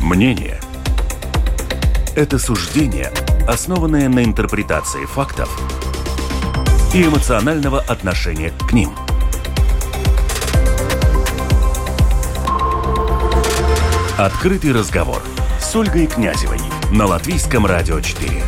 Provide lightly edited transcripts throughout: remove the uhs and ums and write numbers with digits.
Мнение – это суждение, основанное на интерпретации фактов и эмоционального отношения к ним. Открытый разговор с Ольгой Князевой на Латвийском радио 4.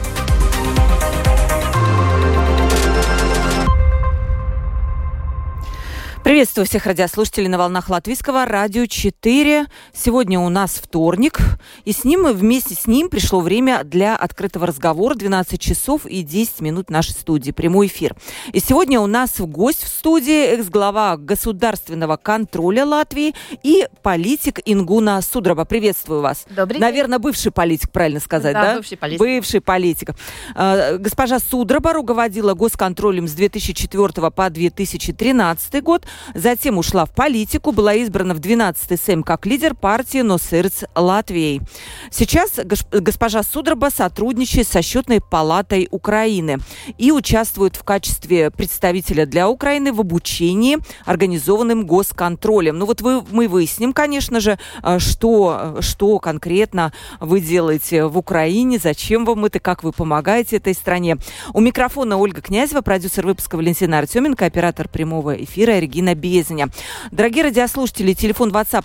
Приветствую всех радиослушателей на волнах Латвийского радио 4. Сегодня у нас вторник, и вместе с ним пришло время для открытого разговора. 12 часов и 10 минут нашей студии, прямой эфир. И сегодня у нас гость в студии, экс-глава государственного контроля Латвии и политик Ингуна Судраба. Приветствую вас. Добрый день. Наверное, бывший политик, правильно сказать, да? Бывший политик. Бывший политик. Госпожа Судраба руководила госконтролем с 2004 по 2013 год. Затем ушла в политику, была избрана в 12-й Сейм как лидер партии «Носирц Латвии». Сейчас госпожа Судраба сотрудничает со Счетной палатой Украины и участвует в качестве представителя для Украины в обучении, организованным госконтролем. Мы выясним, конечно же, что конкретно вы делаете в Украине, зачем вам это, как вы помогаете этой стране. У микрофона Ольга Князева, продюсер выпуска Валентина Артеменко, оператор прямого эфира Регина Безеня. Дорогие радиослушатели, телефон WhatsApp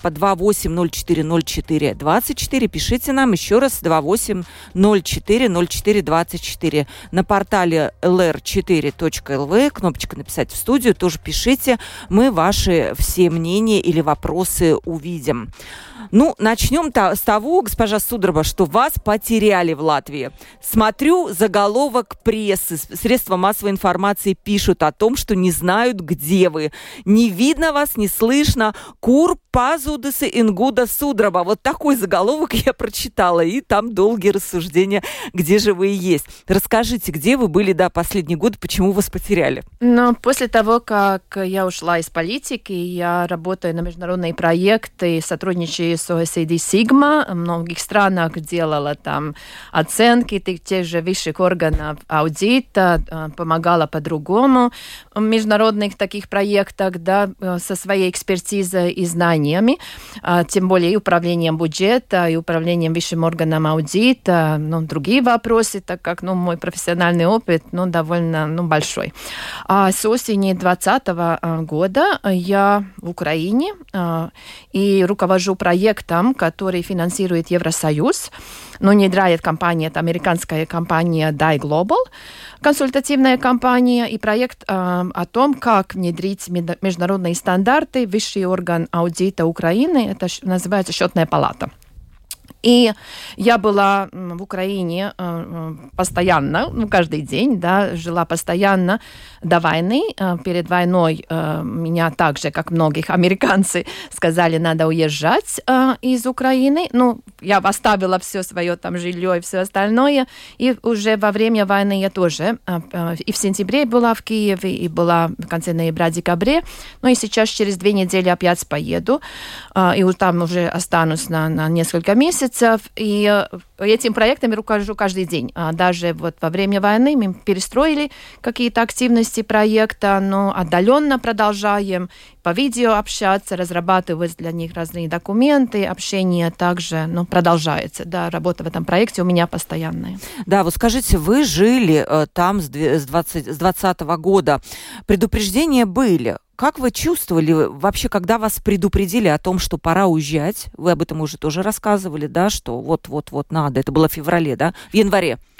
28040424. Пишите нам еще раз 28040424. На портале lr4.lv кнопочка «Написать в студию» тоже пишите. Мы ваши все мнения или вопросы увидим. Начнем с того, госпожа Судраба, что вас потеряли в Латвии. Смотрю заголовок прессы. Средства массовой информации пишут о том, что не знают, где вы. Не видно вас, не слышно. Кур пазудесы Ингуда Судраба. Вот такой заголовок я прочитала. И там долгие рассуждения, где же вы и есть. Расскажите, где вы были, последний год, почему вас потеряли? После того, как я ушла из политики, я работаю на международные проекты, сотрудничаю с OECD Sigma. В многих странах делала там оценки тех же высших органов аудита, помогала по-другому в международных таких проектах, со своей экспертизой и знаниями, тем более и управлением бюджета, и управлением высшим органом аудита, другие вопросы, так как мой профессиональный опыт довольно большой. С осени 2020 года я в Украине и руковожу проектом, который финансирует Евросоюз. Нейтральная компания, это американская компания DAI Global, консультативная компания, и проект о том, как внедрить международные стандарты. Высший орган аудита Украины, это называется Счетная палата. И я была в Украине постоянно, каждый день, жила постоянно до войны. Перед войной меня так же, как многих американцев, сказали, надо уезжать из Украины. Я оставила все свое жилье и все остальное. И уже во время войны я тоже и в сентябре была в Киеве, и была в конце ноября-декабре. И сейчас через 2 недели опять поеду. И там уже останусь на несколько месяцев. И этим проектом я руковожу каждый день. Даже во время войны мы перестроили какие-то активности проекта, но отдаленно продолжаем по видео общаться, разрабатывать для них разные документы, общение также продолжается. Работа в этом проекте у меня постоянная. Вот скажите, вы жили там с 2020 года. Предупреждения были. Как вы чувствовали вообще, когда вас предупредили о том, что пора уезжать? Вы об этом уже тоже рассказывали, что вот надо. Это было в феврале, в январе? В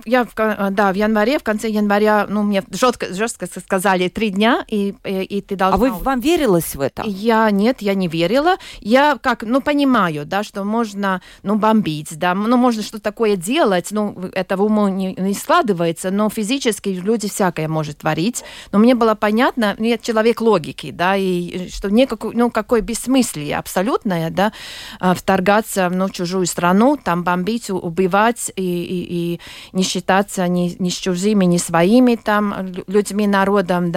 январе, в конце января, мне жестко сказали 3 дня, и ты должна... А вам верилось в это? Я не верила. Я понимаю, что можно, бомбить, можно что-то такое делать, это в уму не складывается, но физически люди всякое может творить. Но мне было понятно, я человек логики, и что какое бессмыслие абсолютное, вторгаться в чужую страну, там бомбить, убивать и не считаться ни с чужими, ни своими там людьми, народом,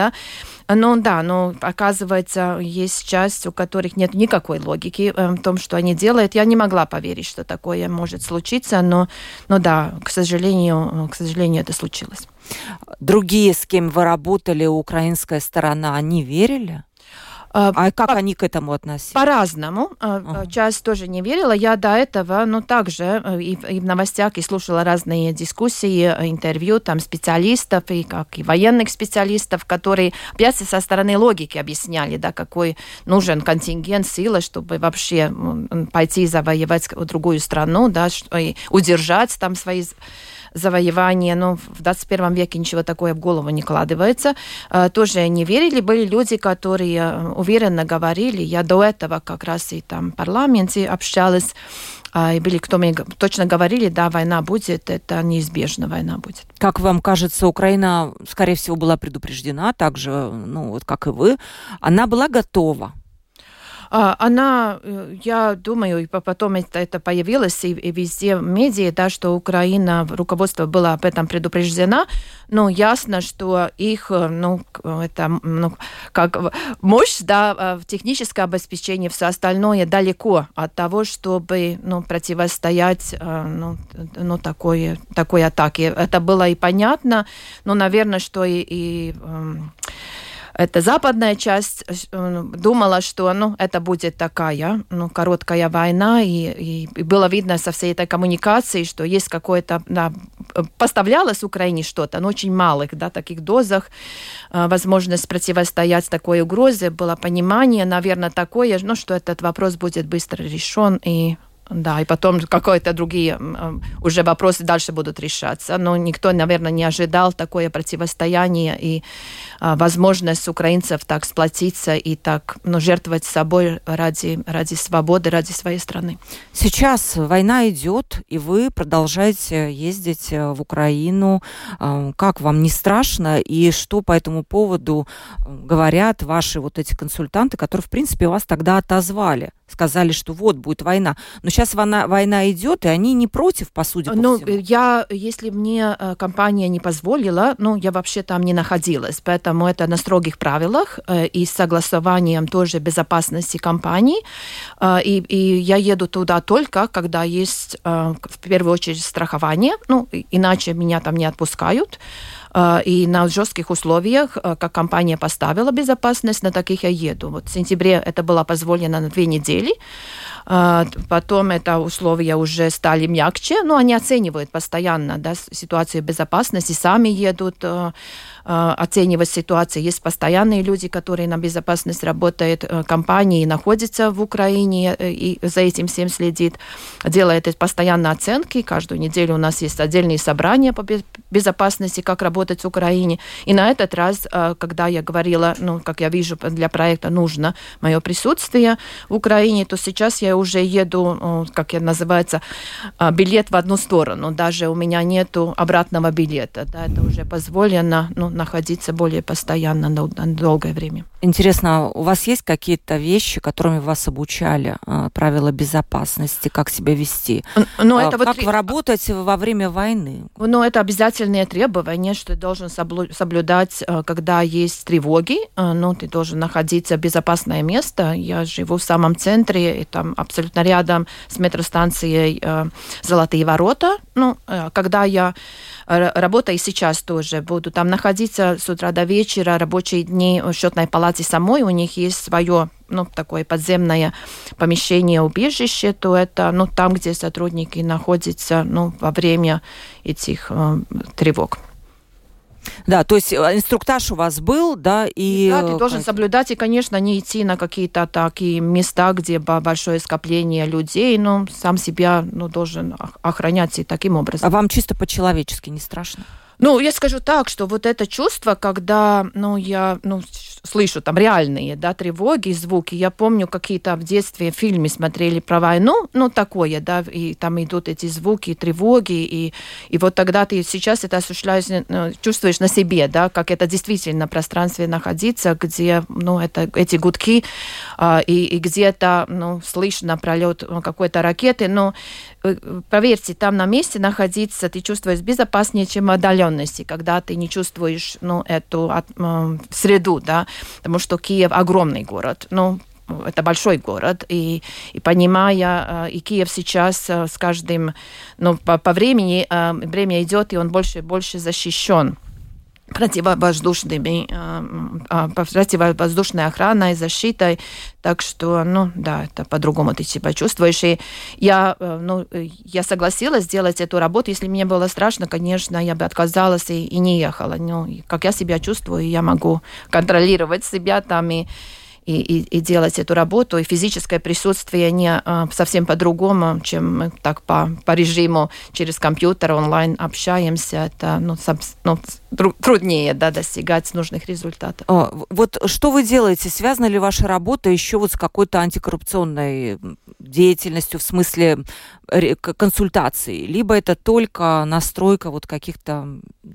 Но оказывается, есть часть, у которых нет никакой логики в том, что они делают. Я не могла поверить, что такое может случиться, но к сожалению, это случилось. Другие, с кем вы работали, украинская сторона, они верили? А как они к этому относились? По-разному. Часть тоже не верила. Я до этого, также и в новостях и слушала разные дискуссии, интервью там специалистов, и военных специалистов, которые, опять со стороны логики объясняли, да, какой нужен контингент силы, чтобы вообще пойти завоевать другую страну, да, и удержать там свои завоевания, в 21 веке ничего такое в голову не кладывается. Тоже не верили. Были люди, которые уверенно говорили. Я до этого как раз и там в парламенте общалась. И были, кто мне точно говорили, да, война будет, это неизбежно, война будет. Как вам кажется, Украина, скорее всего, была предупреждена, так же, как и вы. Она была готова? Она, я думаю, и потом это появилось и везде в медиа, да, что Украина, руководство было об этом предупреждено, но ясно, что их, как мощь, да, в техническое обеспечение, все остальное далеко от того, чтобы, противостоять, такой атаке. Это было и понятно, но, наверное, что и эта западная часть думала, что это будет такая короткая война, и было видно со всей этой коммуникации, что есть какое-то, поставлялось Украине что-то, но очень малых, да, таких дозах, возможность противостоять такой угрозе, было понимание, наверное, такое, что этот вопрос будет быстро решен, и потом какие-то другие уже вопросы дальше будут решаться. Но никто, наверное, не ожидал такое противостояние и возможность украинцев так сплотиться и так жертвовать собой ради свободы, ради своей страны. Сейчас война идет, и вы продолжаете ездить в Украину. Как вам, не страшно? И что по этому поводу говорят ваши эти консультанты, которые, в принципе, вас тогда отозвали? Сказали, что будет война. Но сейчас война идет, и они не против, по сути, по всему. Если мне компания не позволила, я вообще там не находилась. Поэтому это на строгих правилах и с согласованием тоже безопасности компании. И я еду туда только, когда есть, в первую очередь, страхование. Иначе меня там не отпускают. И на жестких условиях, как компания поставила безопасность, на таких я еду. В сентябре это было позволено на 2 недели. Потом это условия уже стали мягче, но они оценивают постоянно, да, ситуацию безопасности, сами едут оценивать ситуацию. Есть постоянные люди, которые на безопасность работают, компании находятся в Украине и за этим всем следит, делает постоянно оценки. Каждую неделю у нас есть отдельные собрания по безопасности, как работать в Украине. И на этот раз, когда я говорила, как я вижу, для проекта нужно мое присутствие в Украине, то сейчас я уже еду, как это называется, билет в одну сторону. Даже у меня нету обратного билета. Да, это уже позволено находиться более постоянно на долгое время. Интересно, у вас есть какие-то вещи, которыми вас обучали, правила безопасности, как себя вести? Как работать во время войны? Это обязательные требования, что ты должен соблюдать, когда есть тревоги. Ты должен находиться в безопасное место. Я живу в самом центре, и там абсолютно рядом с метростанцией «Золотые ворота». Когда я работаю сейчас тоже, буду там находиться с утра до вечера, рабочие дни в счетной палате самой, у них есть свое такое подземное помещение, убежище, то это там, где сотрудники находятся во время этих тревог. Да, то есть инструктаж у вас был, да, и... Да, ты должен соблюдать, и, конечно, не идти на какие-то такие места, где большое скопление людей, но сам себя должен охранять и таким образом. А вам чисто по-человечески не страшно? Я скажу так, что это чувство, когда, я, слышу там реальные, да, тревоги, звуки. Я помню, какие-то в детстве фильмы смотрели про войну, такое, да, и там идут эти звуки, тревоги, и тогда ты сейчас это осуществляешь, чувствуешь на себе, да, как это действительно в пространстве находиться, где, эти гудки, и где-то, слышно пролет какой-то ракеты, но поверьте, там на месте находиться ты чувствуешь безопаснее, чем отдаленности, когда ты не чувствуешь, эту среду, да, потому что Киев огромный город, это большой город, и понимая, и Киев сейчас с каждым, по времени, время идет, и он больше и больше защищен. противовоздушной охраной, защитой. Так что, это по-другому ты себя чувствуешь. И я согласилась сделать эту работу. Если мне было страшно, конечно, я бы отказалась и не ехала. Но как я себя чувствую, я могу контролировать себя там и делать эту работу. И физическое присутствие не совсем по-другому, чем мы так по режиму через компьютер онлайн общаемся. Это труднее достигать нужных результатов. Вот что вы делаете? Связана ли ваша работа еще с какой-то антикоррупционной деятельностью в смысле консультаций? Либо это только настройка каких-то,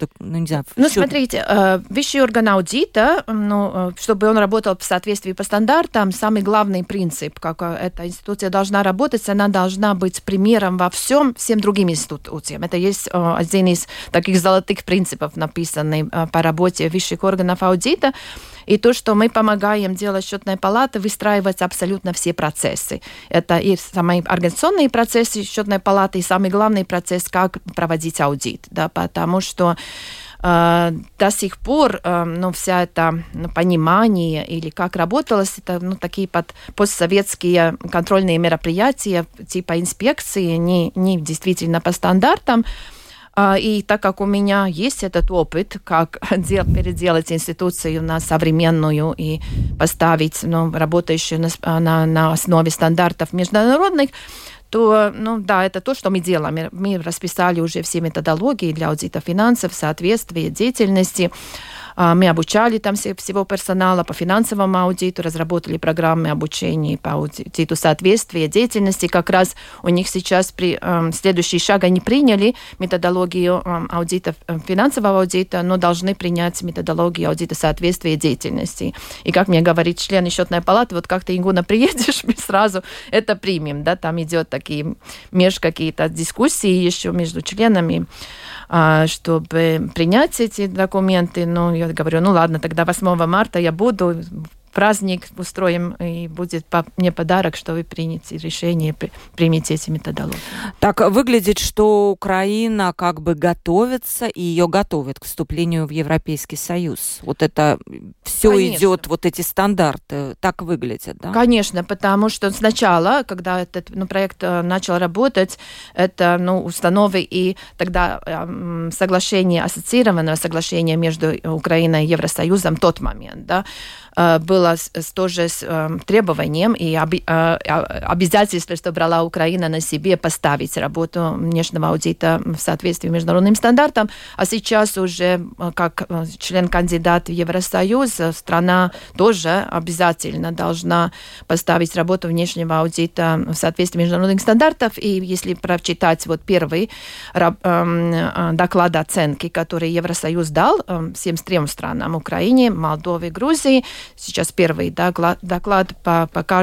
смотрите, высший орган аудита, чтобы он работал в соответствии по стандартам, самый главный принцип, как эта институция должна работать, она должна быть примером во всем другим институциям. Это есть один из таких золотых принципов, написанный по работе высших органов аудита. И то, что мы помогаем делать счетной палате, выстраивать абсолютно все процессы. Это и самые организационные процессы счетной палаты, и самый главный процесс, как проводить аудит. Потому что до сих пор вся это понимание или как работалось, это такие постсоветские контрольные мероприятия типа инспекции, не действительно по стандартам. И так как у меня есть этот опыт, как переделать институцию на современную и поставить работающую на основе стандартов международных, то, это то, что мы делаем. Мы расписали уже все методологии для аудита финансов, соответствия деятельности. Мы обучали там всего персонала по финансовому аудиту, разработали программы обучения по аудиту соответствия деятельности. Как раз у них сейчас следующий шаг они приняли методологию аудита, финансового аудита, но должны принять методологию аудита соответствия деятельности. И как мне говорит член счетной палаты, как ты, Ингуна, приедешь, мы сразу это примем. Там идет такие какие-то дискуссии еще между членами, чтобы принять эти документы. Я говорю, ладно, тогда 8 марта я буду, праздник устроим, и будет мне подарок, что вы примете решение, примите эти методологии. Так выглядит, что Украина готовится, и ее готовят к вступлению в Европейский Союз. Это все идет, эти стандарты, так выглядят, да? Конечно, потому что сначала, когда этот проект начал работать, это установы и тогда соглашение, ассоциированное соглашение между Украиной и Евросоюзом в тот момент, было тоже с требованием и обязательством, что брала Украина на себе поставить работу внешнего аудита в соответствии с международным стандартам. А сейчас уже как член-кандидат в Евросоюз страна тоже обязательно должна поставить работу внешнего аудита в соответствии с международных стандартов. И если прочитать первый доклад оценки, который Евросоюз дал всем трем странам, Украине, Молдове, Грузии, сейчас первый доклад по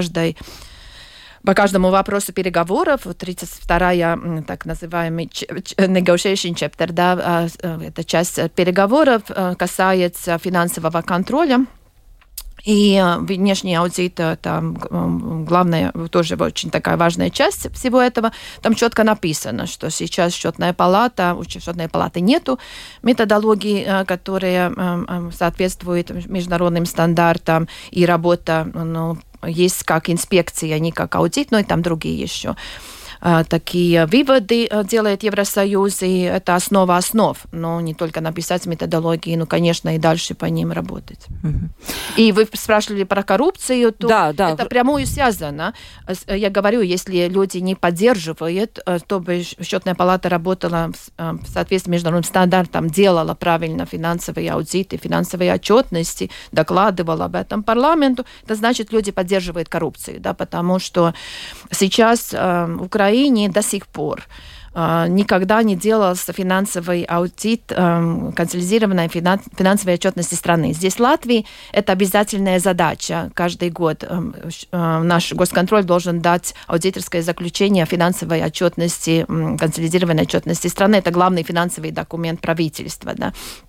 каждому вопросу переговоров, 32-я, так называемый negotiation chapter, эта часть переговоров касается финансового контроля. И внешний аудит, это главная, тоже очень такая важная часть всего этого. Там четко написано, что сейчас счетной палаты нету методологии, которые соответствуют международным стандартам, и работа есть как инспекция, не как аудит, но и там другие еще. Такие выводы делает Евросоюз, и это основа основ. Но не только написать методологии, но, конечно, и дальше по ним работать. И вы спрашивали про коррупцию, то это прямую связано. Я говорю, если люди не поддерживают, чтобы счетная палата работала в соответствии с международным стандартом, делала правильно финансовые аудиты, финансовые отчетности, докладывала об этом парламенту, это значит, люди поддерживают коррупцию, потому что сейчас в Украине до сих пор никогда не делался финансовый аудит консолидированной финансовой отчетности страны. Здесь в Латвии это обязательная задача. Каждый год наш госконтроль должен дать аудиторское заключение о финансовой отчетности, консолидированной отчетности страны. Это главный финансовый документ правительства.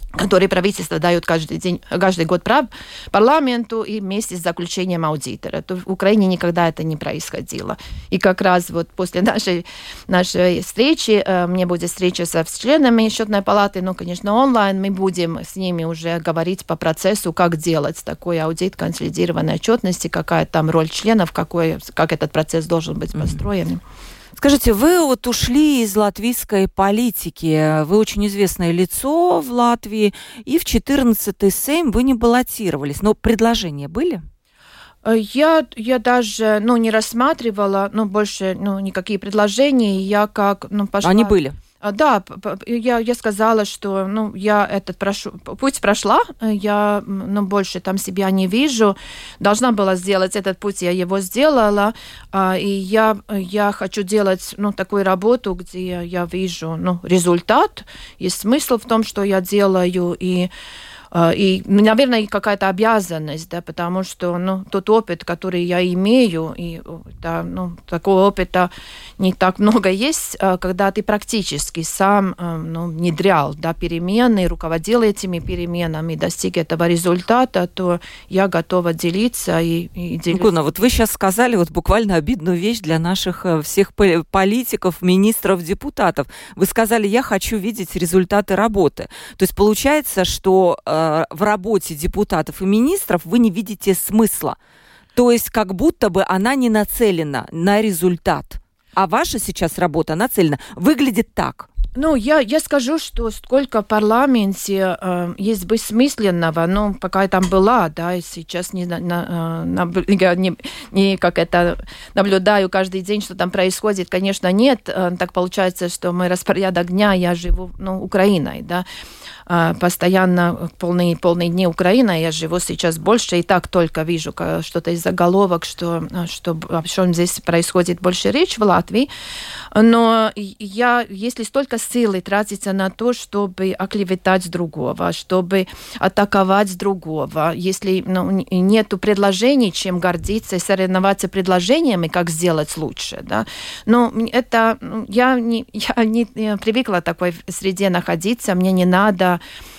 которые правительство дает каждый год парламенту и вместе с заключением аудитора. То в Украине никогда это не происходило. И как раз вот после нашей встречи, мне будет встреча с членами счетной палаты, конечно, онлайн, мы будем с ними уже говорить по процессу, как делать такой аудит консолидированной отчетности, какая там роль членов, как этот процесс должен быть построен. Скажите, вы вот ушли из латвийской политики, вы очень известное лицо в Латвии, и в 14-й Сейм вы не баллотировались, но предложения были? Я даже не рассматривала, больше никакие предложения, я пошла... Они были? Да, я сказала, что я этот путь прошла, я больше там себя не вижу. Должна была сделать этот путь, я его сделала, и я хочу делать такую работу, где я вижу результат, есть смысл в том, что я делаю, и, наверное, какая-то обязанность, да, потому что тот опыт, который я имею, и такого опыта не так много есть, когда ты практически сам внедрял перемены, руководил этими переменами, достиг этого результата, то я готова делиться и делиться. Гуна, вот вы сейчас сказали буквально обидную вещь для наших всех политиков, министров, депутатов. Вы сказали, я хочу видеть результаты работы. То есть получается, что в работе депутатов и министров вы не видите смысла. То есть как будто бы она не нацелена на результат. А ваша сейчас работа нацелена. Выглядит так. Я скажу, что сколько в парламенте есть бессмысленного, пока я там была, да, и сейчас не как это наблюдаю каждый день, что там происходит, конечно, нет. Так получается, что мой распорядок дня, я живу, Украиной, да, постоянно полные дни Украины, я живу сейчас больше, и так только вижу что-то из заголовок, что о чем здесь происходит больше речь в Латвии. Но если столько силы тратится на то, чтобы оклеветать другого, чтобы атаковать другого, если нету предложений, чем гордиться и соревноваться предложениями, как сделать лучше, да. Я не привыкла в такой среде находиться, мне не надо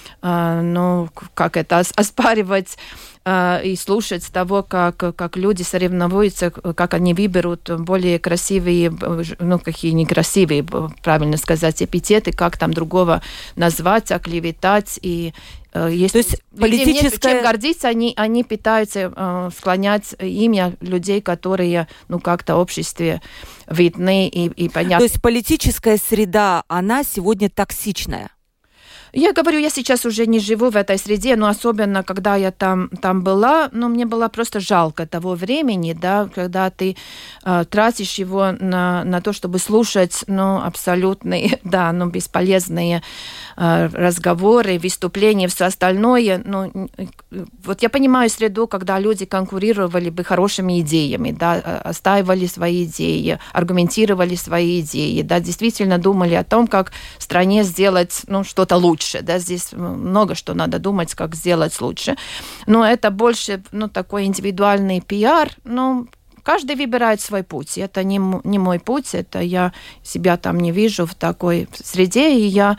оспаривать и слушать того, как люди соревнуются, как они выберут более красивые, какие некрасивые, правильно сказать, эпитеты, как там другого назвать, оклеветать. И если чем гордиться, они пытаются склонять имя людей, которые как-то в обществе видны и понятны. То есть политическая среда, она сегодня токсичная? Я говорю, я сейчас уже не живу в этой среде, но особенно, когда я там была, мне было просто жалко того времени, да, когда ты тратишь его на то, чтобы слушать, абсолютные, да, бесполезные разговоры, выступления, все остальное. Вот я понимаю среду, когда люди конкурировали бы хорошими идеями, да, отстаивали свои идеи, аргументировали свои идеи, да, действительно думали о том, как в стране сделать, что-то лучше. Да, здесь много что надо думать, как сделать лучше. Но это больше такой индивидуальный пиар. Каждый выбирает свой путь. Это не мой путь, это я себя там не вижу в такой среде, и я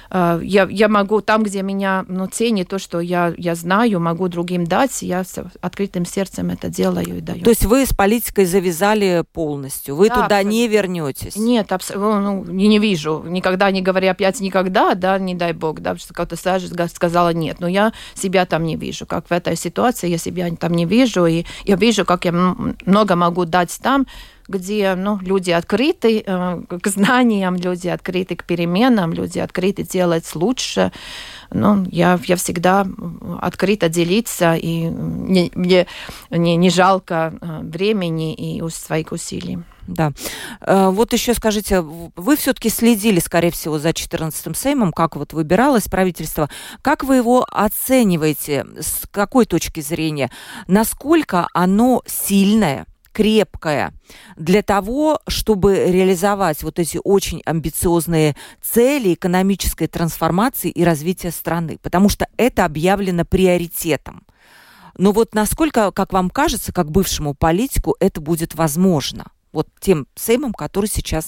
могу там, где меня ценят, то, что я знаю, могу другим дать, я с открытым сердцем это делаю и даю. То есть вы с политикой завязали полностью? Вы туда не вернетесь? Нет, не вижу. Никогда не говоря опять никогда, да, не дай бог, да, что как-то сказала нет. Но я себя там не вижу. Как в этой ситуации я себя там не вижу, и я вижу, как я много могу дать там, где люди открыты к знаниям, люди открыты к переменам, люди открыты делать лучше. Я всегда открыта делиться, и мне не жалко времени и своих усилий. Да. Вот еще скажите, вы все-таки следили, скорее всего, за 14-м Сеймом, как выбиралось правительство. Как вы его оцениваете? С какой точки зрения? Насколько оно сильное, крепкая для того, чтобы реализовать эти очень амбициозные цели экономической трансформации и развития страны? Потому что это объявлено приоритетом. Но насколько, как вам кажется, как бывшему политику, это будет возможно? Тем Сеймом, который сейчас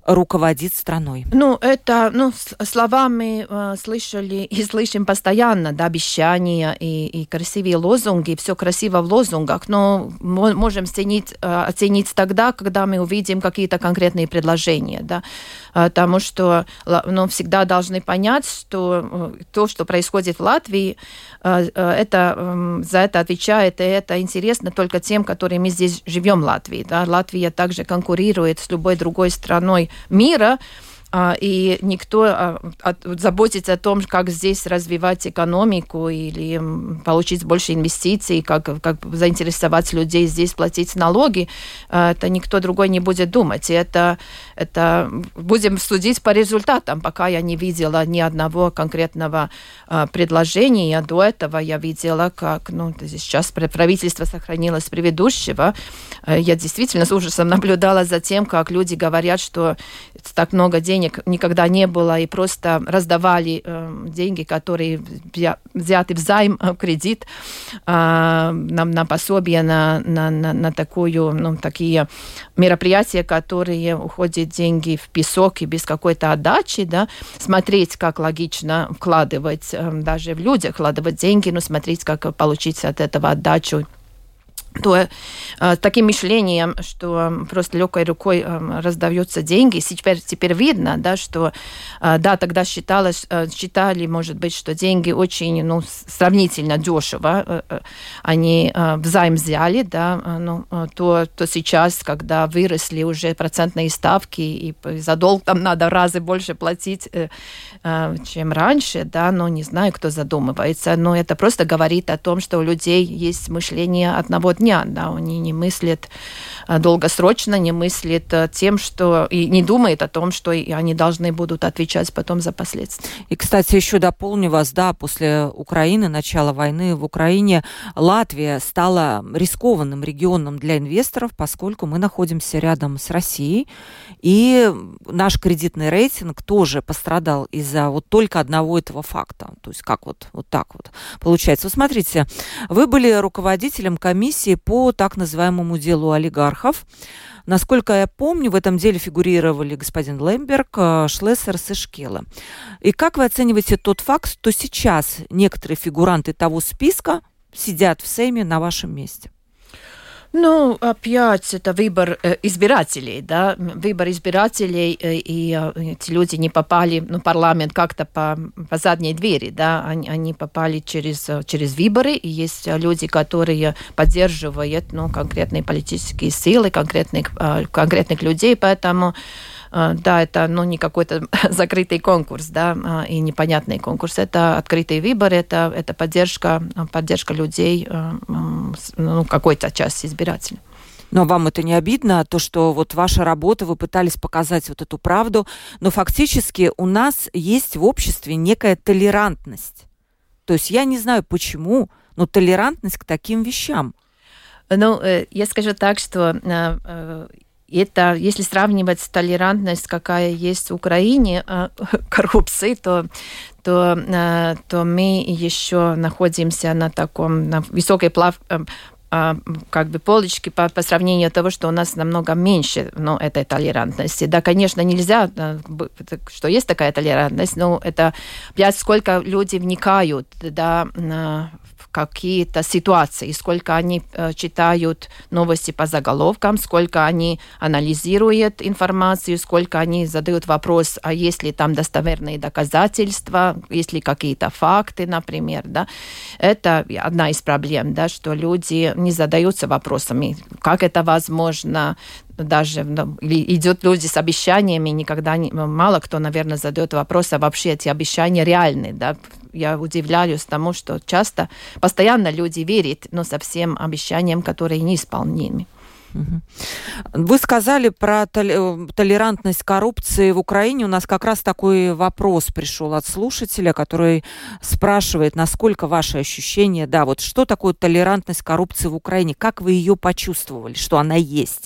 руководит страной? Это, словами слышали и слышим постоянно, да, обещания и красивые лозунги, все красиво в лозунгах, но мы можем оценить тогда, когда мы увидим какие-то конкретные предложения, да, потому что всегда должны понять, что то, что происходит в Латвии, за это отвечает, и это интересно только тем, которые мы здесь живем в Латвии. Да. Латвия также конкурирует с любой другой страной мира, и никто заботится о том, как здесь развивать экономику или получить больше инвестиций, как заинтересовать людей здесь платить налоги, это никто другой не будет думать. И это будем судить по результатам. Пока я не видела ни одного конкретного предложения. До этого я видела, как сейчас правительство сохранилось предыдущего. Я действительно с ужасом наблюдала за тем, как люди говорят, что так много денег никогда не было, и просто раздавали деньги, которые взяты взайм, кредит, на пособие, на такие мероприятия, которые уходят деньги в песок и без какой-то отдачи, да, смотреть, как логично вкладывать, даже в людях вкладывать деньги, но смотреть, как получить от этого отдачу. То таким мышлением, что просто легкой рукой раздаются деньги, теперь видно, да, что тогда считали, может быть, что деньги очень сравнительно дешево, они взайм взяли, да, то сейчас, когда выросли уже процентные ставки, и за долг там надо в разы больше платить, чем раньше, да, не знаю, кто задумывается, но это просто говорит о том, что у людей есть мышление одного дня, да, они не мыслят долгосрочно, не мыслят тем, что и не думают о том, что они должны будут отвечать потом за последствия. И, кстати, еще дополню вас, да, после Украины, начала войны в Украине, Латвия стала рискованным регионом для инвесторов, поскольку мы находимся рядом с Россией, и наш кредитный рейтинг тоже пострадал из-за только одного этого факта. То есть как вот так вот получается. Смотрите, вы были руководителем комиссии по так называемому делу олигархов. Насколько я помню, в этом деле фигурировали господин Лемберг, Шлессерс и Шкела. И как вы оцениваете тот факт, что сейчас некоторые фигуранты того списка сидят в Сейме на вашем месте? Опять это выбор избирателей, да, выбор избирателей, и эти люди не попали в парламент как-то по задней двери, да, они попали через выборы, и есть люди, которые поддерживают, конкретные политические силы, конкретных людей, поэтому да, это не какой-то закрытый конкурс, да, и непонятный конкурс. Это открытый выбор, это поддержка людей, какой-то части избирателей. Но вам это не обидно, то, что ваша работа, вы пытались показать эту правду, но фактически у нас есть в обществе некая толерантность. То есть я не знаю почему, но толерантность к таким вещам. Я скажу так, что это, если сравнивать толерантность, какая есть в Украине, коррупции, то мы еще находимся на высокой полочке по сравнению того, что у нас намного меньше этой толерантности. Да, конечно, нельзя, что есть такая толерантность, но это сколько люди вникают, да, в какие-то ситуации, сколько они читают новости по заголовкам, сколько они анализируют информацию, сколько они задают вопрос, а есть ли там достоверные доказательства, есть ли какие-то факты, например, да. Это одна из проблем, да, что люди не задаются вопросами, как это возможно, даже идут люди с обещаниями, мало кто, наверное, задает вопрос, а вообще эти обещания реальны, да. Я удивляюсь тому, что постоянно люди верят, но совсем обещаниям, которые неисполнимы. Вы сказали про толерантность коррупции в Украине. У нас как раз такой вопрос пришел от слушателя, который спрашивает, насколько ваши ощущения, да, что такое толерантность коррупции в Украине, как вы ее почувствовали, что она есть?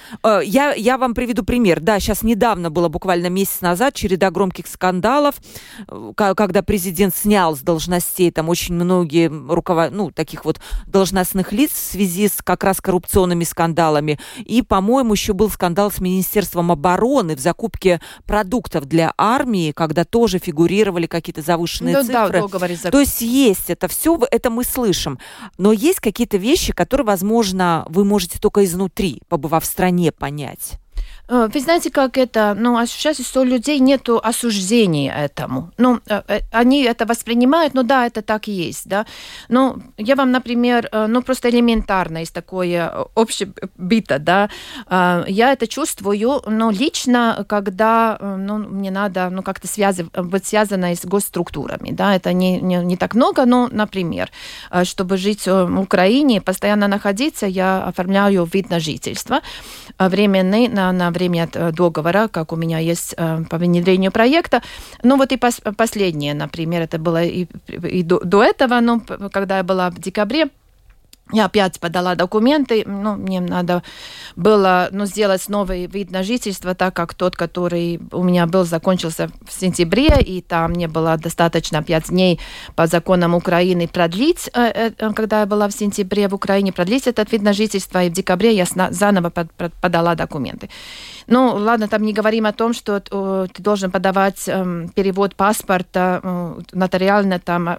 Я вам приведу пример. Да, сейчас недавно было, буквально месяц назад, череда громких скандалов, когда президент снял с должностей там очень многие таких вот должностных лиц в связи с как раз коррупционными скандалами. И, по-моему, еще был скандал с Министерством обороны в закупке продуктов для армии, когда тоже фигурировали какие-то завышенные цифры. Да, то есть это все, это мы слышим. Но есть какие-то вещи, которые, возможно, вы можете только изнутри, побывав в стране, понять. Вы знаете, как это, ощущается, что у людей нет осуждения этому. Они это воспринимают, да, это так и есть, да. Я вам, например, просто элементарно из такое общебыта, да, я это чувствую, лично, когда, мне надо, как-то быть связанной с госструктурами, да, это не так много, но, например, чтобы жить в Украине, постоянно находиться, я оформляю вид на жительство временный, на время договора, как у меня есть по внедрению проекта. И последнее, например, это было и до этого, когда я была в декабре, я опять подала документы, мне надо было сделать новый вид на жительство, так как тот, который у меня был, закончился в сентябре, и там мне было достаточно 5 дней по законам Украины продлить, когда я была в сентябре в Украине, продлить этот вид на жительство, и в декабре я заново подала документы. Ладно, там не говорим о том, что ты должен подавать перевод паспорта нотариально, там,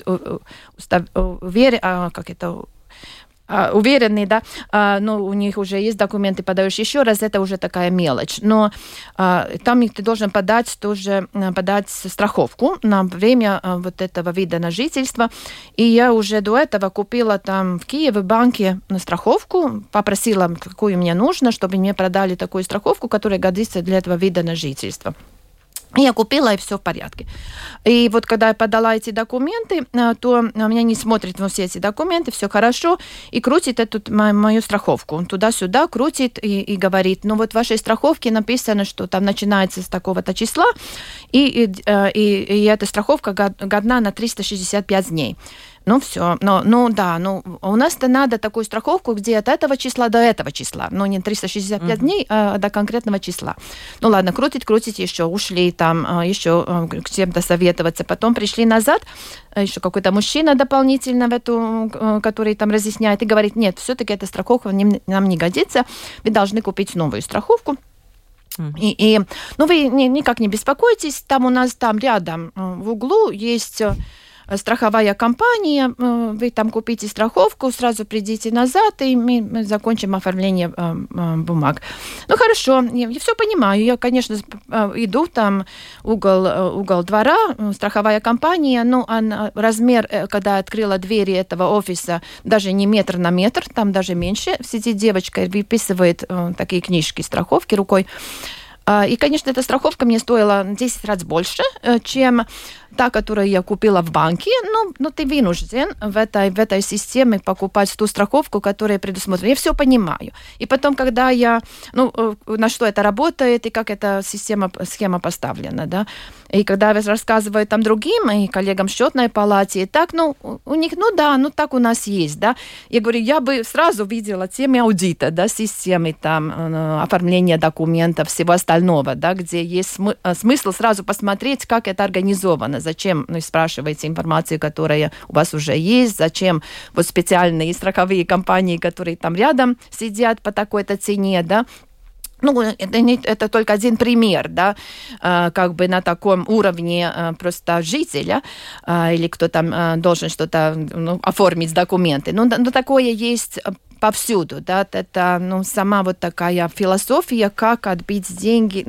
уверенный, да, у них уже есть документы, подаешь еще раз, это уже такая мелочь. Но там ты должен подать страховку на время вот этого вида на жительство. И я уже до этого купила там в Киеве в банке страховку, попросила, какую мне нужно, чтобы мне продали такую страховку, которая годится для этого вида на жительство. Я купила, и все в порядке. И вот когда я подала эти документы, то меня не смотрит все эти документы, все хорошо, и крутит эту мою страховку. Он туда-сюда крутит и говорит, в вашей страховке написано, что там начинается с такого-то числа, и эта страховка годна на 365 дней. Все. У нас-то надо такую страховку, где от этого числа до этого числа. Не 365 дней, а до конкретного числа. Ладно, крутить еще. Ушли там еще к кем-то советоваться. Потом пришли назад, еще какой-то мужчина дополнительно который там разъясняет и говорит, нет, все-таки эта страховка нам не годится. Вы должны купить новую страховку. И вы никак не беспокойтесь. Там у нас рядом в углу есть страховая компания, вы там купите страховку, сразу придите назад, и мы закончим оформление бумаг. Хорошо, я все понимаю. Я, конечно, иду, там угол двора, страховая компания, размер, когда открыла двери этого офиса, даже не метр на метр, там даже меньше. Сидит девочка и выписывает такие книжки страховки рукой. И, конечно, эта страховка мне стоила 10 раз больше, чем та, которую я купила в банке. Но ты вынужден в этой системе покупать ту страховку, которая предусмотрена. Я все понимаю. И потом, когда я... на что это работает и как эта схема поставлена, да. И когда я рассказываю там другим, и коллегам в счетной палате, и так, у них, так у нас есть, да. Я говорю, я бы сразу видела темы аудита, да, системы там оформления документов, всего остального, да, где есть смысл сразу посмотреть, как это организовано. Зачем спрашиваете информацию, которая у вас уже есть, зачем специальные страховые компании, которые там рядом сидят по такой-то цене, да. Это только один пример, да, как бы на таком уровне просто жителя, или кто там должен что-то оформить документы. Но такое есть повсюду, да, это, сама такая философия, как отбить деньги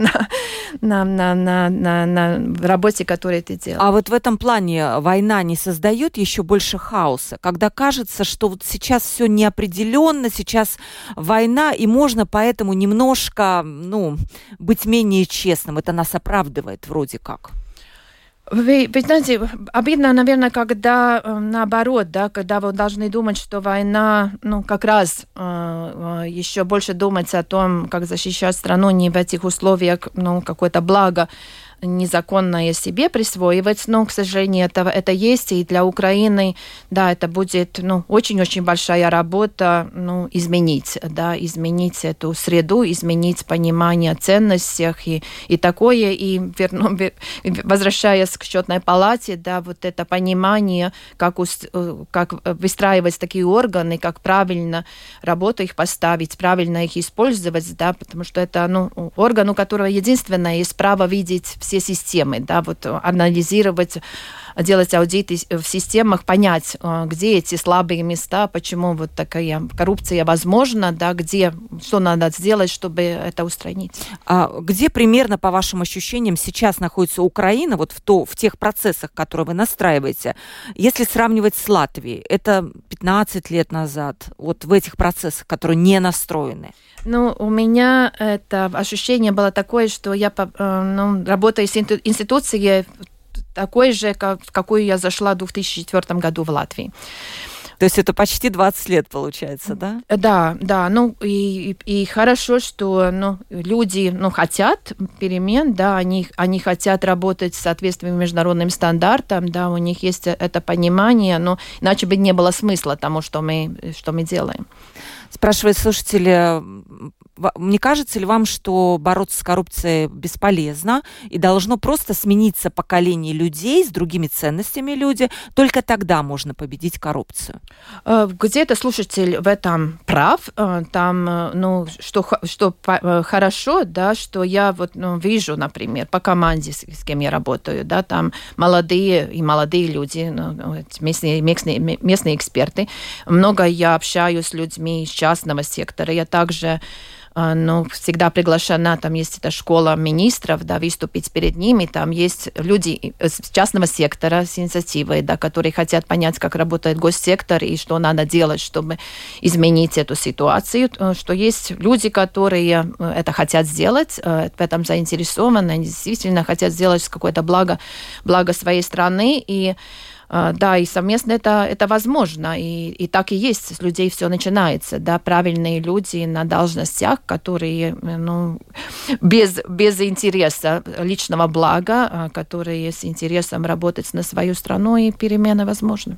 на работе, которую ты делаешь. А вот в этом плане война не создает еще больше хаоса, когда кажется, что сейчас все неопределенно, сейчас война, и можно поэтому немножко, быть менее честным. Это нас оправдывает вроде как. Вы знаете, обидно, наверное, когда наоборот, да, когда вы должны думать, что война, как раз еще больше думать о том, как защищать страну не в этих условиях, какое-то благо незаконное себе присвоивать, но, к сожалению, это есть, и для Украины, да, это будет, очень-очень большая работа, изменить эту среду, изменить понимание ценностей и такое, и возвращаясь к счетной палате, да, вот это понимание, как выстраивать такие органы, как правильно работу их поставить, правильно их использовать, да, потому что это, орган, у которого единственное есть право видеть все системы, да, вот анализировать, делать аудиты в системах, понять, где эти слабые места, почему вот такая коррупция возможна, да, что надо сделать, чтобы это устранить. А где примерно, по вашим ощущениям, сейчас находится Украина, вот в тех процессах, которые вы настраиваете, если сравнивать с Латвией? Это 15 лет назад, вот в этих процессах, которые не настроены. У меня это ощущение было такое, что я работаю с институцией такой же, в какую я зашла в 2004 году в Латвии. То есть это почти 20 лет, получается, да? Да. И хорошо, что люди хотят перемен, да, они хотят работать в соответствии с международным стандартам, да, у них есть это понимание, но иначе бы не было смысла тому, что мы делаем. Спрашивает слушатель, не кажется ли вам, что бороться с коррупцией бесполезно и должно просто смениться поколение людей с другими ценностями люди, только тогда можно победить коррупцию? Где-то слушатель в этом прав. Там, что хорошо, да, что я вижу, например, по команде, с кем я работаю, да, там молодые люди, местные эксперты. Много я общаюсь с людьми из частного сектора. Я также всегда приглашена, там есть эта школа министров, да, выступить перед ними, там есть люди из частного сектора с инициативой, да, которые хотят понять, как работает госсектор и что надо делать, чтобы изменить эту ситуацию, что есть люди, которые это хотят сделать, в этом заинтересованы, они действительно хотят сделать какое-то благо своей страны, и да, и совместно это возможно, и так и есть, с людей все начинается, да, правильные люди на должностях, которые, без интереса личного блага, которые с интересом работать на свою страну, и перемены возможны.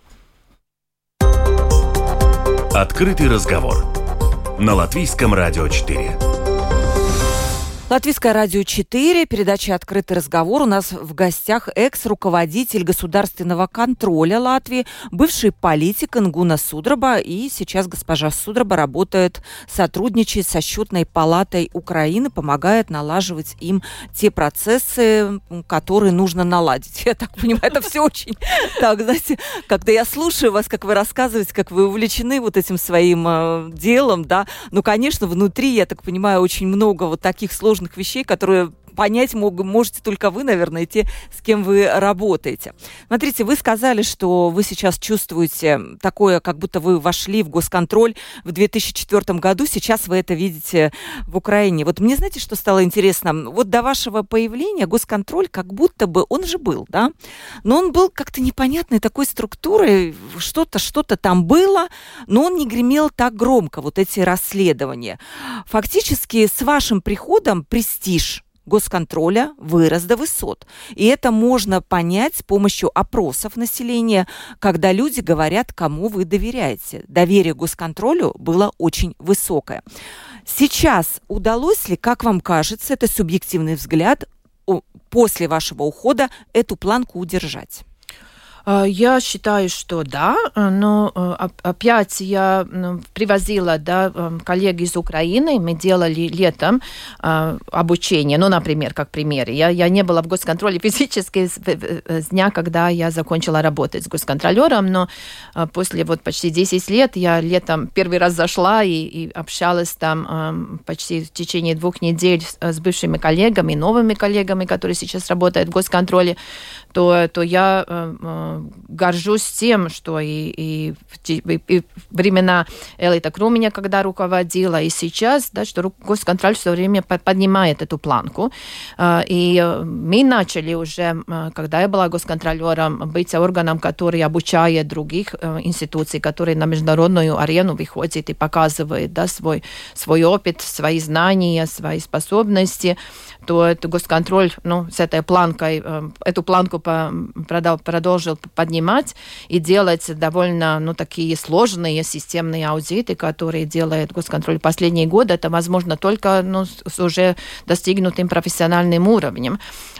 Открытый разговор на Латвийском радио 4. Латвийское радио 4, передача «Открытый разговор». У нас в гостях экс-руководитель государственного контроля Латвии, бывший политик Ингуна Судраба. И сейчас госпожа Судраба сотрудничает со Счетной палатой Украины, помогает налаживать им те процессы, которые нужно наладить. Я так понимаю, это все очень... Так, знаете, когда я слушаю вас, как вы рассказываете, как вы увлечены вот этим своим делом, да, конечно, внутри, я так понимаю, очень много вот таких сложных вещей, которые понять можете только вы, наверное, и те, с кем вы работаете. Смотрите, вы сказали, что вы сейчас чувствуете такое, как будто вы вошли в госконтроль в 2004 году, сейчас вы это видите в Украине. Вот мне, знаете, что стало интересно? Вот до вашего появления госконтроль как будто бы, он же был, да? Но он был как-то непонятной такой структурой, что-то там было, но он не гремел так громко, вот эти расследования. Фактически с вашим приходом престиж госконтроля вырос до высот. И это можно понять с помощью опросов населения, когда люди говорят, кому вы доверяете. Доверие к госконтролю было очень высокое. Сейчас удалось ли, как вам кажется, это субъективный взгляд, после вашего ухода эту планку удержать? Я считаю, что да, но опять я привозила, да, коллег из Украины, мы делали летом обучение, например, как пример. Я не была в госконтроле физически с дня, когда я закончила работать с госконтролером, но после почти 10 лет я летом первый раз зашла и общалась там почти в течение 2 недель с бывшими коллегами, новыми коллегами, которые сейчас работают в госконтроле, то я горжусь тем, что и времена Элита Круменя, когда руководила, и сейчас, да, что госконтроль все время поднимает эту планку. И мы начали уже, когда я была госконтролером, быть органом, который обучает других институций, которые на международную арену выходит и показывает, да, свой опыт, свои знания, свои способности, то это госконтроль, с этой планкой, эту планку продолжил поднимать и делать довольно, такие сложные системные аудиты, которые делает госконтроль в последние годы. Это возможно только, с уже достигнутым профессиональным уровнем.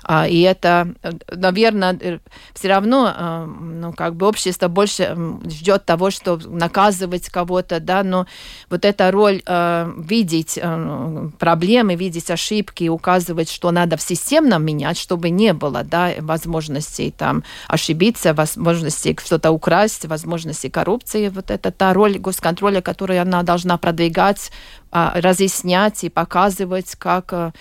И это, наверное, все равно, общество больше ждет того, что наказывать кого-то, да, но вот эта роль видеть проблемы, видеть ошибки, указывать, что надо в системном менять, чтобы не было, да, возможностей там ошибиться, возможности что-то украсть, возможности коррупции. Вот это та роль госконтроля, которую она должна продвигать, разъяснять и показывать, как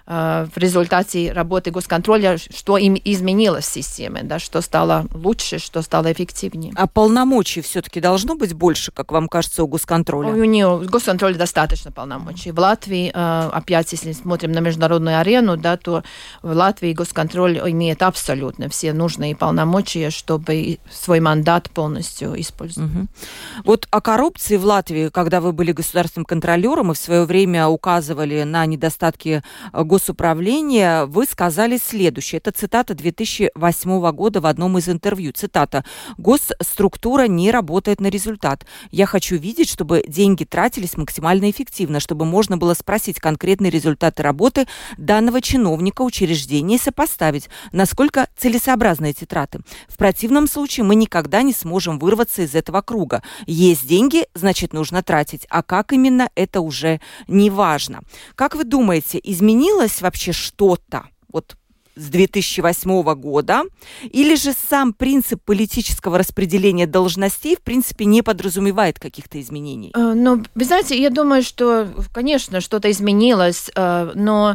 в результате работы госконтроля, что им изменилось в системе, да, что стало лучше, что стало эффективнее. А полномочий все-таки должно быть больше, как вам кажется, у госконтроля? У нее госконтроля достаточно полномочий. В Латвии, опять, если смотрим на международную арену, да, то в Латвии госконтроль имеет абсолютно все нужные полномочия, чтобы свой мандат полностью использовать. Угу. Вот о коррупции в Латвии, когда вы были государственным контролером и в свое время указывали на недостатки госуправления, вы сказали следующее. Это цитата 2008 года в одном из интервью. Цитата. «Госструктура не работает на результат. Я хочу видеть, чтобы деньги тратились максимально эффективно, чтобы можно было спросить конкретные результаты работы данного чиновника, учреждения и сопоставить, насколько целесообразны эти траты. В противном случае мы никогда не сможем вырваться из этого круга. Есть деньги, значит, нужно тратить. А как именно, это уже не важно». Как вы думаете, изменилось вообще что-то вот с 2008 года, или же сам принцип политического распределения должностей, в принципе, не подразумевает каких-то изменений? Вы знаете, я думаю, что, конечно, что-то изменилось, но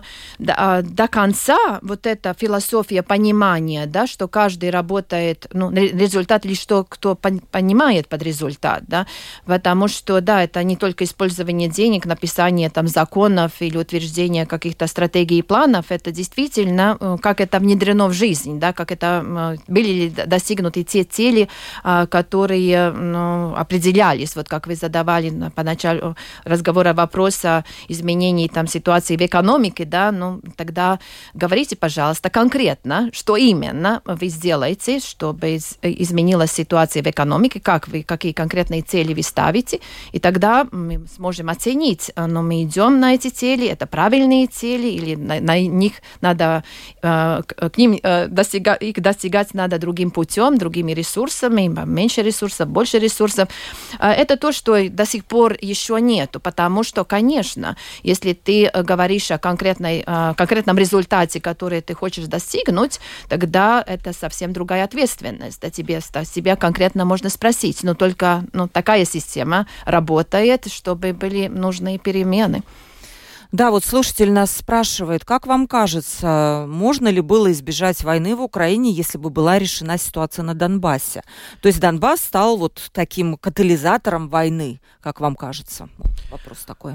до конца вот эта философия понимания, да, что каждый работает, результат лишь кто понимает под результат, да, потому что, да, это не только использование денег, написание там законов или утверждение каких-то стратегий и планов, это действительно как это внедрено в жизнь, да, как это были ли достигнуты те цели, которые определялись, вот как вы задавали по началу разговора вопроса изменений там ситуации в экономике, да, тогда говорите, пожалуйста, конкретно, что именно вы сделаете, чтобы изменилась ситуация в экономике, какие конкретные цели вы ставите, и тогда мы сможем оценить, мы идем на эти цели, это правильные цели, или на них надо к ним достигать надо другим путем, другими ресурсами, меньше ресурсов, больше ресурсов. Это то, что до сих пор еще нету, потому что, конечно, если ты говоришь о конкретном результате, который ты хочешь достигнуть, тогда это совсем другая ответственность. Тебя конкретно можно спросить, но только такая система работает, чтобы были нужные перемены. Да, вот слушатель нас спрашивает, как вам кажется, можно ли было избежать войны в Украине, если бы была решена ситуация на Донбассе? То есть Донбасс стал вот таким катализатором войны, как вам кажется? Вот вопрос такой.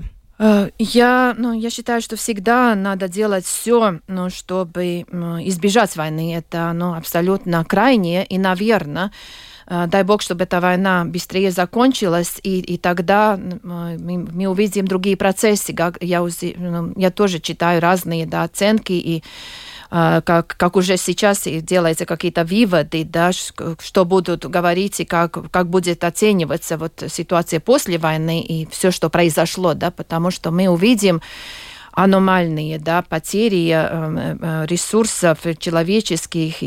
Я считаю, что всегда надо делать все, чтобы избежать войны. Это абсолютно крайне и, наверное, дай бог, чтобы эта война быстрее закончилась, и тогда мы увидим другие процессы. Я тоже читаю разные оценки, и как уже сейчас делаются какие-то выводы, да, что будут говорить и как будет оцениваться вот ситуация после войны и все, что произошло, да, потому что мы увидим аномальные, да, потери ресурсов человеческих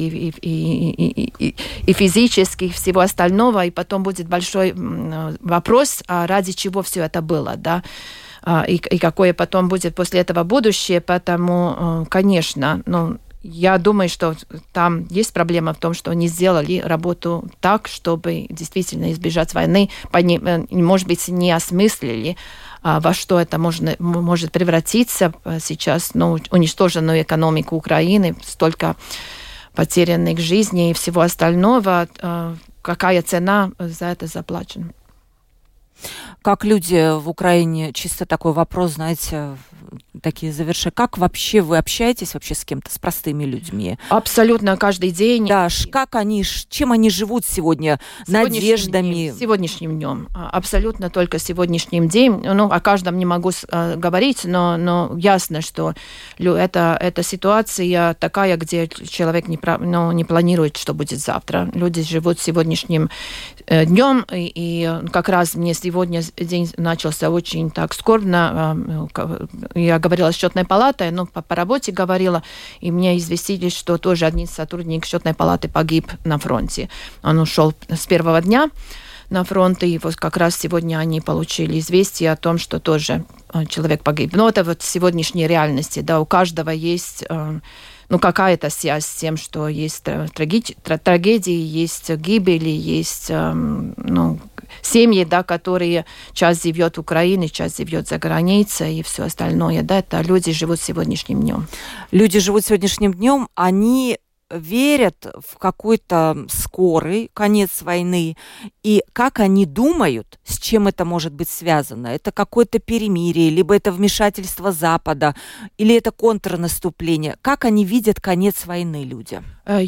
и физических, всего остального, и потом будет большой вопрос, ради чего все это было, да, и какое потом будет после этого будущее, поэтому, конечно, я думаю, что там есть проблема в том, что они сделали работу так, чтобы действительно избежать войны, может быть, не осмыслили, во что это может превратиться сейчас, уничтоженную экономику Украины, столько потерянных жизней и всего остального, какая цена за это заплачена. Как люди в Украине, чисто такой вопрос, знаете, такие заверши. Как вообще вы общаетесь вообще с кем-то, с простыми людьми? Абсолютно каждый день. Да, чем они живут сегодня? Надеждами? Сегодняшним днем. Абсолютно только сегодняшним днем. Ну, о каждом не могу говорить, но ясно, что это ситуация такая, где человек не планирует, что будет завтра. Люди живут сегодняшним днем, и как раз мне сегодня день начался очень так скорбно. Я говорила с счетной палатой, но по работе говорила, и меня известили, что тоже один сотрудник счетной палаты погиб на фронте. Он ушел с первого дня на фронт, и вот как раз сегодня они получили известие о том, что тоже человек погиб. Но это вот сегодняшней реальности, да, у каждого есть какая-то связь с тем, что есть трагедии, есть гибели, есть семьи, да, которые часть живет в Украине, часть живет за границей и все остальное. Да, это люди живут сегодняшним днем. Люди живут сегодняшним днем, они верят в какой-то скорый конец войны, и как они думают, с чем это может быть связано? Это какое-то перемирие, либо это вмешательство Запада, или это контрнаступление? Как они видят конец войны, люди?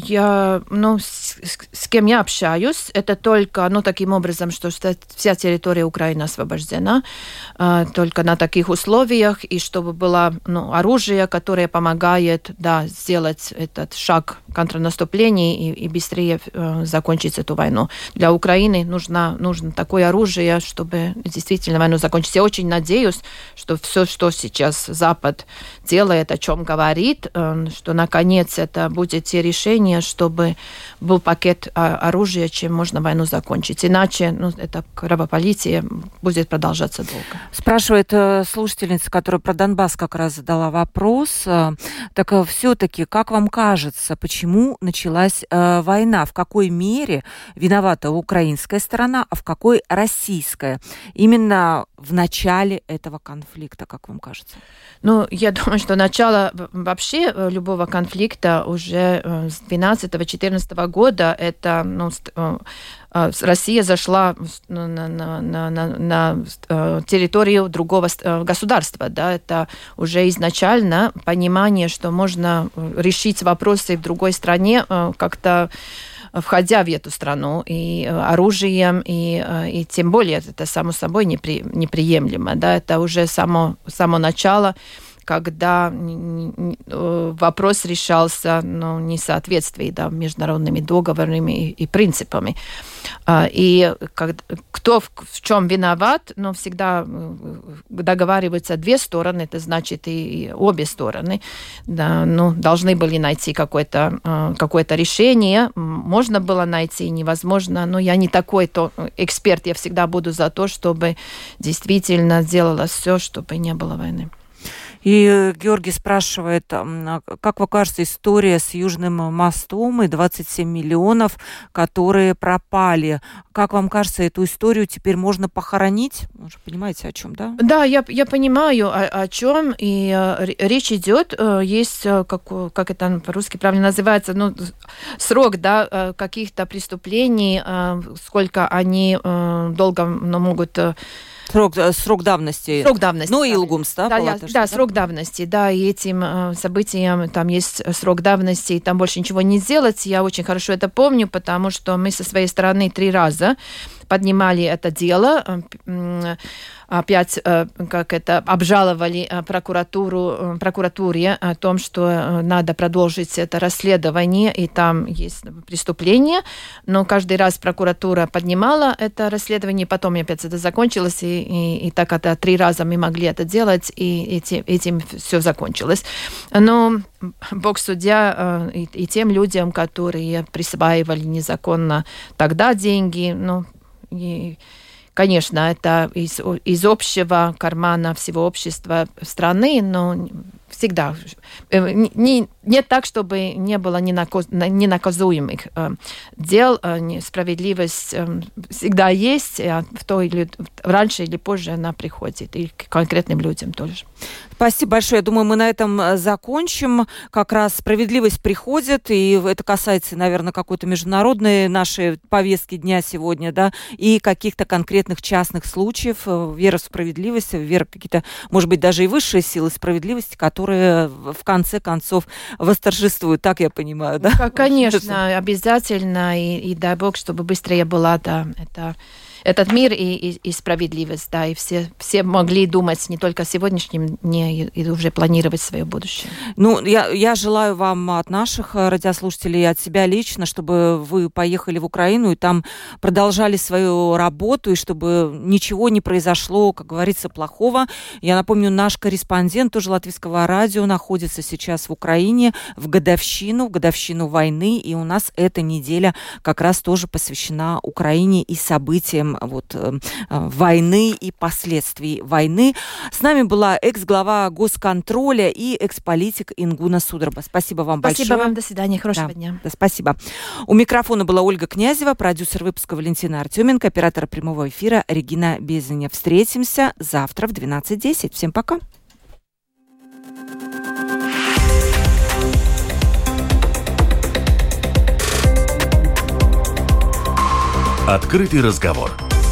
С кем я общаюсь, это только, таким образом, что вся территория Украины освобождена, только на таких условиях, и чтобы было оружие, которое помогает, да, сделать этот шаг контрнаступления и быстрее закончить эту войну. Для Украины нужно такое оружие, чтобы действительно войну закончить. Я очень надеюсь, что все, что сейчас Запад делает, о чем говорит, что наконец это будет те решения, чтобы был пакет оружия, чем можно войну закончить. Иначе это кровопролитие будет продолжаться долго. Спрашивает слушательница, которая про Донбасс как раз задала вопрос. Так все-таки, как вам кажется, почему началась война? В какой мере виновата украинская сторона, а в какой российская? Именно в начале этого конфликта, как вам кажется? Я думаю, что начало вообще любого конфликта уже с 2012-2014 года это Россия зашла на территорию другого государства. Да? Это уже изначально понимание, что можно решить вопросы в другой стране как-то входя в эту страну, и оружием, и тем более это само собой неприемлемо. Да? Это уже само начало, когда вопрос решался несоответствии, да, международными договорами и принципами. И кто в чем виноват, всегда договариваются две стороны, это значит и обе стороны, да, должны были найти какое-то решение, можно было найти, невозможно, но я не такой-то эксперт, я всегда буду за то, чтобы действительно делалось все, чтобы не было войны. И Георгий спрашивает, как вам кажется, история с Южным мостом и 27 миллионов, которые пропали. Как вам кажется, эту историю теперь можно похоронить? Вы же понимаете, о чем, да? Да, я понимаю, о чем. И речь идет, есть, как это по-русски правильно называется, срок, да, каких-то преступлений, сколько они долго могут... Срок давности. Срок давности. Илгумс, да? Да, срок давности, да, и этим событиям там есть срок давности, и там больше ничего не сделать. Я очень хорошо это помню, потому что мы со своей стороны 3 раза поднимали это дело, опять обжаловали прокуратуре о том, что надо продолжить это расследование, и там есть преступление, но каждый раз прокуратура поднимала это расследование, потом опять это закончилось, и так это 3 раза мы могли это делать, и этим все закончилось. Но Бог судья и тем людям, которые присваивали незаконно тогда деньги, и, конечно, это из общего кармана всего общества страны, но всегда не не так, чтобы не было ненаказуемых дел. Справедливость всегда есть, раньше или позже она приходит, и к конкретным людям тоже. Спасибо большое. Я думаю, мы на этом закончим. Как раз справедливость приходит, и это касается, наверное, какой-то международной нашей повестки дня сегодня, да, и каких-то конкретных частных случаев. Вера в справедливость, вера в какие-то, может быть, даже и высшие силы справедливости, которые в конце концов восторжествуют, так я понимаю, да? Конечно, обязательно, и дай Бог, чтобы быстрее была, этот мир и справедливость, да, и все могли думать не только о сегодняшнем дне и уже планировать свое будущее. Ну, я желаю вам от наших радиослушателей и от себя лично, чтобы вы поехали в Украину и там продолжали свою работу, и чтобы ничего не произошло, как говорится, плохого. Я напомню, наш корреспондент тоже Латвийского радио находится сейчас в Украине в годовщину войны, и у нас эта неделя как раз тоже посвящена Украине и событиям войны и последствий войны. С нами была экс-глава госконтроля и экс-политик Ингуна Судроба. Спасибо вам большое. Спасибо вам, до свидания, хорошего дня. Да, спасибо. У микрофона была Ольга Князева, продюсер выпуска Валентина Артеменко, оператор прямого эфира Регина Безеня. Встретимся завтра в 12:10. Всем пока. Открытый разговор.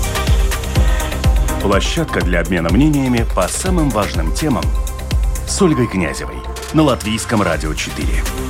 Площадка для обмена мнениями по самым важным темам с Ольгой Князевой на Латвийском радио 4.